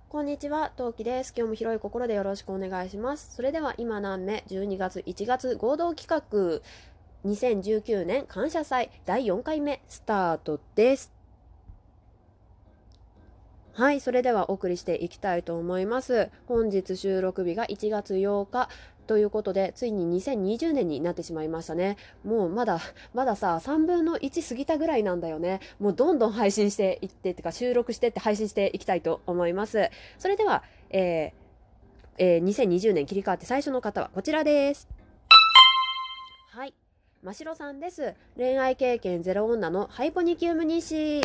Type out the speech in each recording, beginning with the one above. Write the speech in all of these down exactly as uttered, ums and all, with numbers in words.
こんにちは、トウキです。今日も広い心でよろしくお願いします。それでは今何目じゅうにがついちがつ合同企画にせんじゅうきゅうねん感謝祭だいよんかいめスタートです。はい、それではお送りしていきたいと思います。本日収録日がいちがつようかということで、ついににせんにじゅうねんになってしまいましたね。もうまだ、まださ、さんぶんのいち過ぎたぐらいなんだよね。もうどんどん配信していって、ってか収録してって配信していきたいと思います。それでは、えーえーにせんにじゅうねん切り替わって最初の方はこちらです。はい。ましろさんです。恋愛経験ゼロ女のハイポニキウム日誌。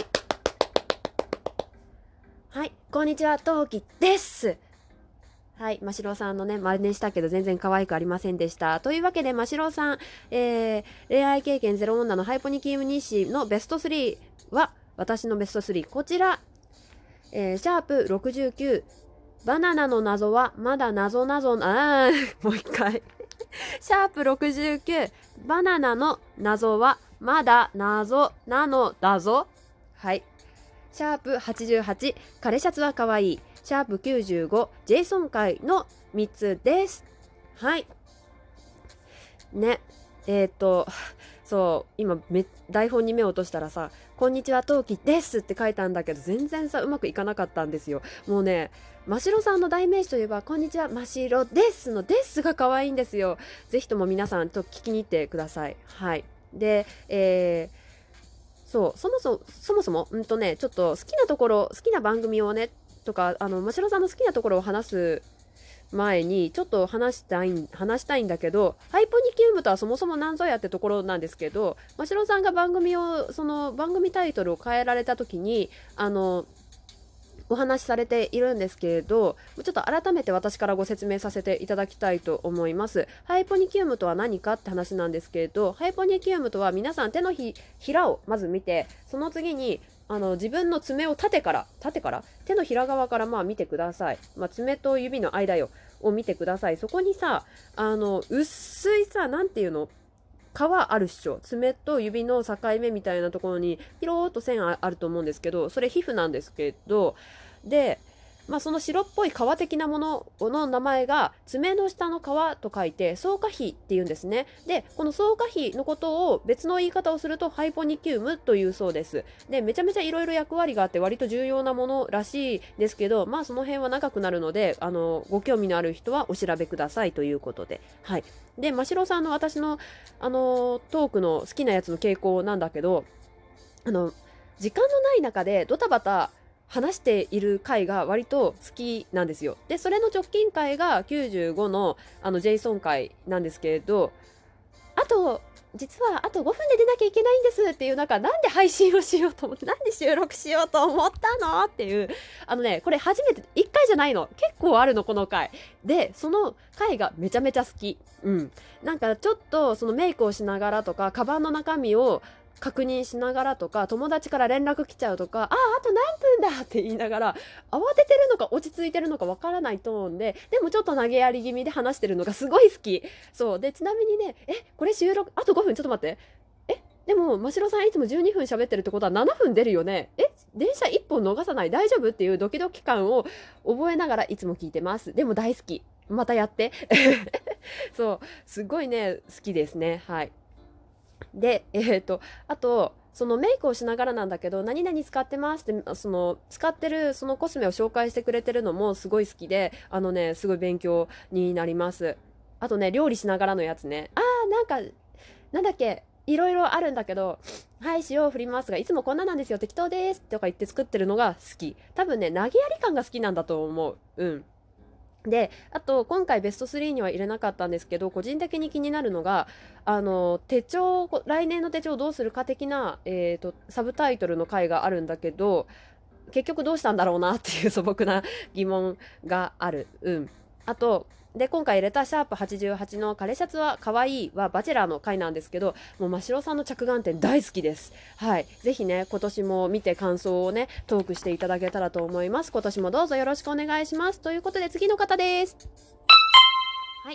はい。こんにちは、トウキです。はい。ましろさんのね、真似したけど全然可愛くありませんでした。というわけで、ましろさん、えー、恋愛経験ゼロ女のハイポニキウム日誌のベストスリーは、私のベストスリー、こちら。えー、シャープろくじゅうきゅう。バナナの謎はまだ謎謎あーもう一回シャープろくじゅうきゅう。バナナの謎はまだ謎なのだぞ。はい。シャープはちじゅうはち。枯れシャツはかわいい。シャープきゅうじゅうご。ジェイソン会のみっつです。はい。ね。えっ、ー、と、そう、今め、台本に目を落としたらさ、こんにちは、トウキですって書いたんだけど、全然さ、うまくいかなかったんですよ。もうね、ましろさんの代名詞といえば、こんにちは、ましろですのですが可愛いんですよ。ぜひとも皆さん、と聞きに行ってください。はい。で、えー、そう、そもそも、そもそも、うんとね、ちょっと好きなところ、好きな番組をね、とか、あの、ましろさんの好きなところを話す前にちょっと話したい話したいんだけど、ハイポニキウムとはそもそも何ぞやってところなんですけど、ましろさんが番組をその番組タイトルを変えられた時にあのお話しされているんですけれど、ちょっと改めて私からご説明させていただきたいと思います。ハイポニキウムとは何かって話なんですけれど、ハイポニキウムとは皆さん手のひひらをまず見て、その次にあの自分の爪を縦から縦から手のひら側からまあ見てください。まあ、爪と指の間よを見てください。そこにさ、あの薄いさ、なんていうの、皮あるっしょ。爪と指の境目みたいなところにピローっと線あると思うんですけど、それ皮膚なんですけど、で、まあ、その白っぽい皮的なものの名前が爪の下の皮と書いて草加皮っていうんですね。で、この草加皮のことを別の言い方をするとハイポニキウムというそうです。で、めちゃめちゃいろいろ役割があって割と重要なものらしいですけど、まあその辺は長くなるので、あのご興味のある人はお調べくださいということで、はい。で、真城さんの私のあのトークの好きなやつの傾向なんだけど、あの時間のない中でドタバタ話している回が割と好きなんですよ。で、それの直近回がきゅうじゅうごのあのジェイソン回なんですけれど、あと実はあとごふんで出なきゃいけないんですっていう中、なんで配信をしようと思って、なんで収録しようと思ったのっていう、あのね、これ初めていっかいじゃないの、結構あるのこの回で、その回がめちゃめちゃ好き。うん、なんかちょっとそのメイクをしながらとか、カバンの中身を確認しながらとか、友達から連絡来ちゃうとか、ああ、あと何分だって言いながら、慌ててるのか落ち着いてるのかわからないトーンで、でもちょっと投げやり気味で話してるのがすごい好き。そうで、ちなみにね、えこれ収録あとごふん、ちょっと待って、えでも真城さんいつもじゅうにふん喋ってるってことはななふん出るよね。え電車いっぽん逃さない、大丈夫っていうドキドキ感を覚えながらいつも聞いてます。でも大好き、またやってそう、すごいね好きですね。はい。で、えー、とあとそのメイクをしながらなんだけど、何々使ってますってその使ってるそのコスメを紹介してくれてるのもすごい好きで、あのねすごい勉強になります。あとね、料理しながらのやつね、あーなんかなんだっけ、いろいろあるんだけど、はい、塩を振りますがいつもこんななんですよ、適当ですとか言って作ってるのが好き。多分ね、投げやり感が好きなんだと思う。うん。で、あと今回ベストスリーには入れなかったんですけど、個人的に気になるのが、あの手帳、来年の手帳どうするか的な、えーと、サブタイトルの回があるんだけど、結局どうしたんだろうなっていう素朴な疑問がある。うん。あとで、今回入れたシャープはちじゅうはちの枯れシャツは可愛いはバチェラーの回なんですけど、もう真城さんの着眼点大好きです。はい。ぜひね、今年も見て感想をね、トークしていただけたらと思います。今年もどうぞよろしくお願いします。ということで次の方です。はい。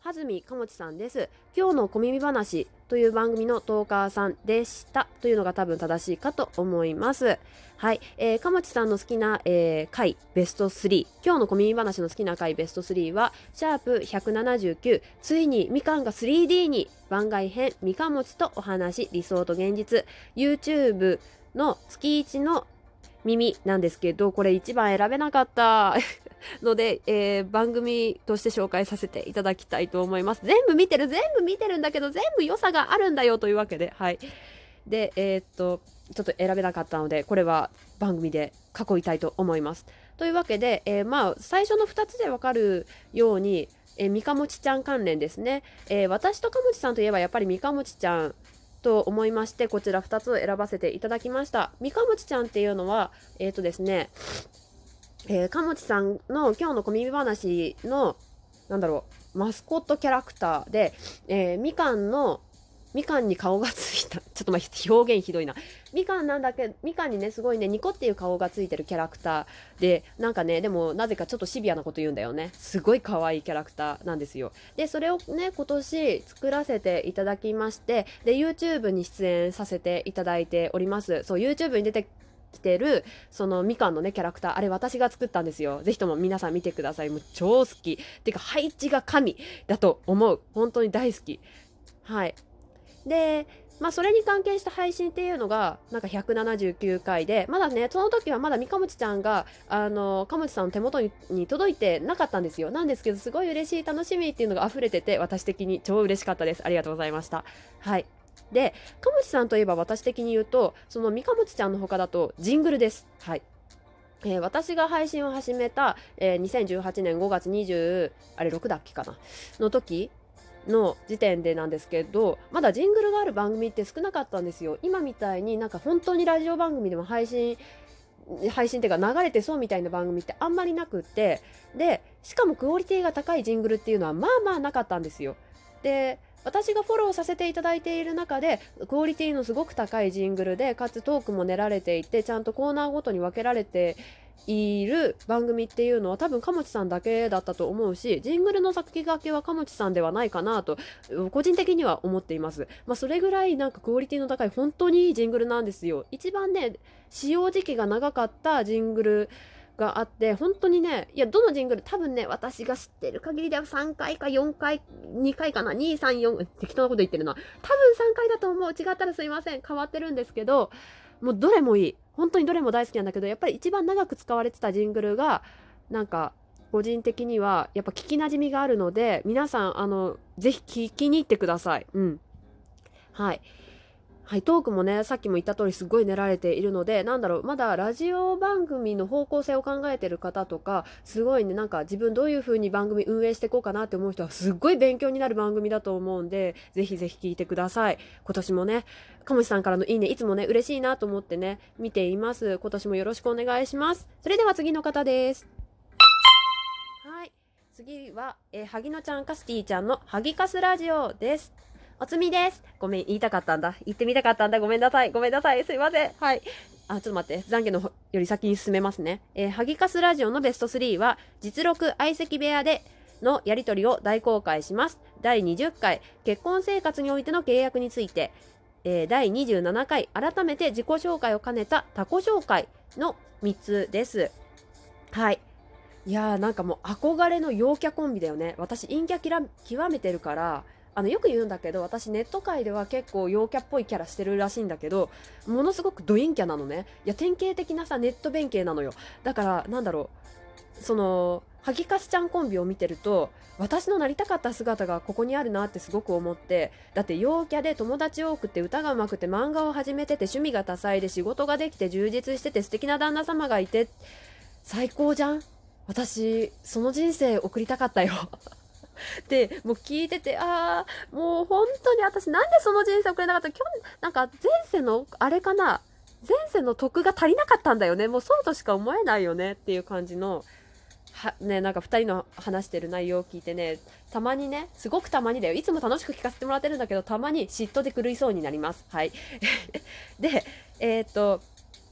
はずみかもちさんです。今日の小耳話という番組のトーカーさんでしたというのが多分正しいかと思います。はい、えー、かもちさんの好きな、えー、回ベストスリー、今日の小耳話の好きな回ベストスリーはシャープひゃくななじゅうきゅう、ついにみかんが スリーディー に、番外編みかん餅とお話、理想と現実、 YouTube の月いちの耳なんですけど、これ一番選べなかったので、えー、番組として紹介させていただきたいと思います。全部見てる全部見てるんだけど全部良さがあるんだよというわけで、はい。で、えー、っとちょっと選べなかったので、これは番組で囲いたいと思います。というわけで、えー、まあ最初のふたつでわかるように、えー、みかもちちゃん関連ですね。えー、私とかもちさんといえばやっぱりみかもちちゃんと思いまして、こちらふたつを選ばせていただきました。みかもちちゃんっていうのはえっ、ー、とですね、えー、かもちさんの今日の小耳話のなんだろうマスコットキャラクターで、えー、みかんのみかんに顔がついたちょっとまあ表現ひどいな、みかんなんだけどみかんにねすごいねニコっていう顔がついてるキャラクターで、なんかねでもなぜかちょっとシビアなこと言うんだよね。すごい可愛いキャラクターなんですよ。でそれをね今年作らせていただきまして、で YouTube に出演させていただいております。そう YouTube に出てきてるそのみかんのねキャラクター、あれ私が作ったんですよ。ぜひとも皆さん見てください。もう超好きてか配置が神だと思う。本当に大好き。はい。でまあそれに関係した配信っていうのがなんかひゃくななじゅうきゅうかいで、まだねその時はまだみかもちちゃんがあのかもちさんの手元にに届いてなかったんですよ。なんですけどすごい嬉しい楽しみっていうのが溢れてて、私的に超嬉しかったです。ありがとうございました。はい。でかもちさんといえば私的に言うとそのみかもちちゃんの他だとジングルです。はい。えー、私が配信を始めた、えー、にせんじゅうはちねんごがつにじゅうあれろくだっけかなの時の時点でなんですけど、まだジングルがある番組って少なかったんですよ。今みたいになんか本当にラジオ番組でも配信配信っていうか流れてそうみたいな番組ってあんまりなくって、でしかもクオリティが高いジングルっていうのはまあまあなかったんですよ。で私がフォローさせていただいている中でクオリティのすごく高いジングルで、かつトークも練られていてちゃんとコーナーごとに分けられている番組っていうのは多分かもちさんだけだったと思うし、ジングルの作り書きはかもちさんではないかなと個人的には思っています。まあ、それぐらいなんかクオリティの高い本当にいいジングルなんですよ。一番ね使用時期が長かったジングルがあって、本当にね、いやどのジングル多分ね私が知ってる限りではさんかいかよんかいにかいかな、にさんよん適当なこと言ってるな、多分さんかいだと思う。違ったらすいません、変わってるんですけど、もうどれもいい、本当にどれも大好きなんだけど、やっぱり一番長く使われてたジングルがなんか個人的にはやっぱ聞きなじみがあるので、皆さんあのぜひ聞きに行ってください。うん、はいはい、トークもねさっきも言った通りすごい練られているので、なんだろうまだラジオ番組の方向性を考えてる方とか、すごいねなんか自分どういう風に番組運営していこうかなって思う人はすっごい勉強になる番組だと思うんで、ぜひぜひ聞いてください。今年もねかもちさんからのいいねいつもね嬉しいなと思ってね見ています。今年もよろしくお願いします。それでは次の方です。はい、次は、えー、萩野ちゃんカスティちゃんのハギカスラジオです。おつみです。ごめん、言いたかったんだ。言ってみたかったんだ。ごめんなさい。ごめんなさい。すいません。はい。あ、ちょっと待って。懺悔のより先に進めますね。えー、ハギカスラジオのベストスリーは、実録相席部屋でのやり取りを大公開します。だいにじゅっかい、結婚生活においての契約について。えー、だいにじゅうななかい、改めて自己紹介を兼ねた他己紹介のみっつです。はい。いやーなんかもう憧れの陽キャコンビだよね。私陰キャきら極めてるから、あのよく言うんだけど、私ネット界では結構陽キャっぽいキャラしてるらしいんだけど、ものすごくド陰キャなのね。いや典型的なさネット弁慶なのよ。だからなんだろう、そのハギカスちゃんコンビを見てると私のなりたかった姿がここにあるなってすごく思って、だって陽キャで友達多くて歌が上手くて漫画を始めてて趣味が多彩で仕事ができて充実してて素敵な旦那様がいて最高じゃん。私その人生送りたかったよでもう聞いてて、あーもう本当に私なんでその人生送れなかった。今日なんか前世のあれかな、前世の徳が足りなかったんだよね。もうそうとしか思えないよねっていう感じのはね、なんかふたりの話してる内容を聞いてね、たまにねすごくたまにだよ、いつも楽しく聞かせてもらってるんだけど、たまに嫉妬で狂いそうになります。はいでえー、っと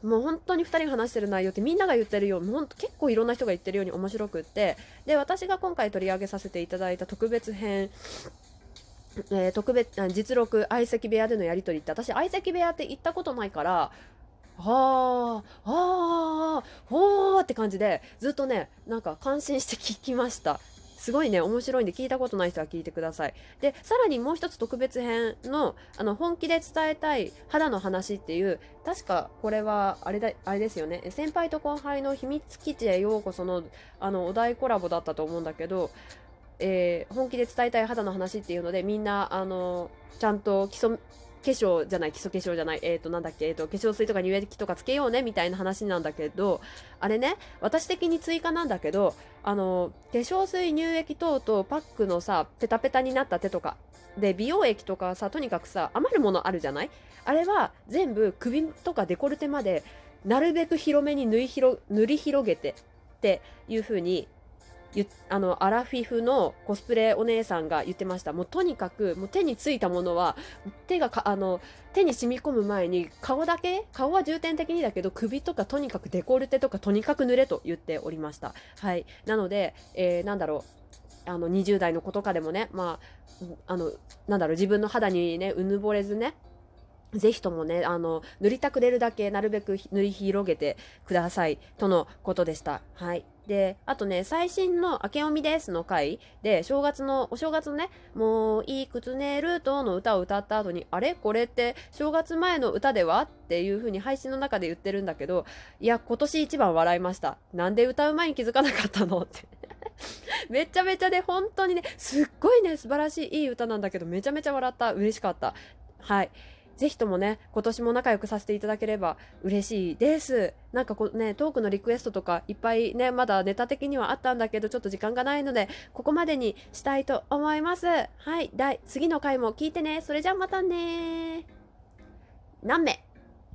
もう本当にふたりが話してる内容ってみんなが言ってるように、ほんと結構いろんな人が言ってるように面白くって、で私が今回取り上げさせていただいた特別編、えー、特別実録相席部屋でのやり取りって、私相席部屋って行ったことないから、はあはあほーって感じでずっとねなんか感心して聞きました。すごいね面白いんで、聞いたことない人は聞いてください。でさらにもう一つ特別編のあの本気で伝えたい肌の話っていう、確かこれはあれだあれですよね、先輩と後輩の秘密基地へようこそのあのお題コラボだったと思うんだけど、えー本気で伝えたい肌の話っていうので、みんなあのちゃんと基礎化粧じゃない基礎化粧じゃないえっ、ー、となんだっけえっ、ー、と化粧水とか乳液とかつけようねみたいな話なんだけど、あれね私的に追加なんだけど、あの化粧水乳液等々パックのさペタペタになった手とかで美容液とかさ、とにかくさ余るものあるじゃない、あれは全部首とかデコルテまでなるべく広めに塗り広塗り広げてっていう風にあのアラフィフのコスプレお姉さんが言ってました。もうとにかくもう手についたものは手がかあの手に染み込む前に顔だけ、顔は重点的にだけど首とかとにかくデコルテとかとにかく塗れと言っておりました。はい、なので、えー、なんだろうあのにじゅう代の子とかでもね、まああのなんだろう自分の肌にねうぬぼれずね、ぜひともねあの塗りたくれるだけなるべく塗り広げてくださいとのことでした。はい。であとね最新の「明けおみです」の回で正月のお正月のね「もういくつ寝ると」の歌を歌った後に、あれこれって正月前の歌ではっていう風に配信の中で言ってるんだけど、いや今年一番笑いました。なんで歌う前に気づかなかったのってめちゃめちゃね本当にねすっごいね素晴らしいいい歌なんだけど、めちゃめちゃ笑った。嬉しかった。はい。ぜひともね今年も仲良くさせていただければ嬉しいです。なんかこうねトークのリクエストとかいっぱいねまだネタ的にはあったんだけど、ちょっと時間がないのでここまでにしたいと思います。はい、第次の回も聞いてね。それじゃあまたね。何名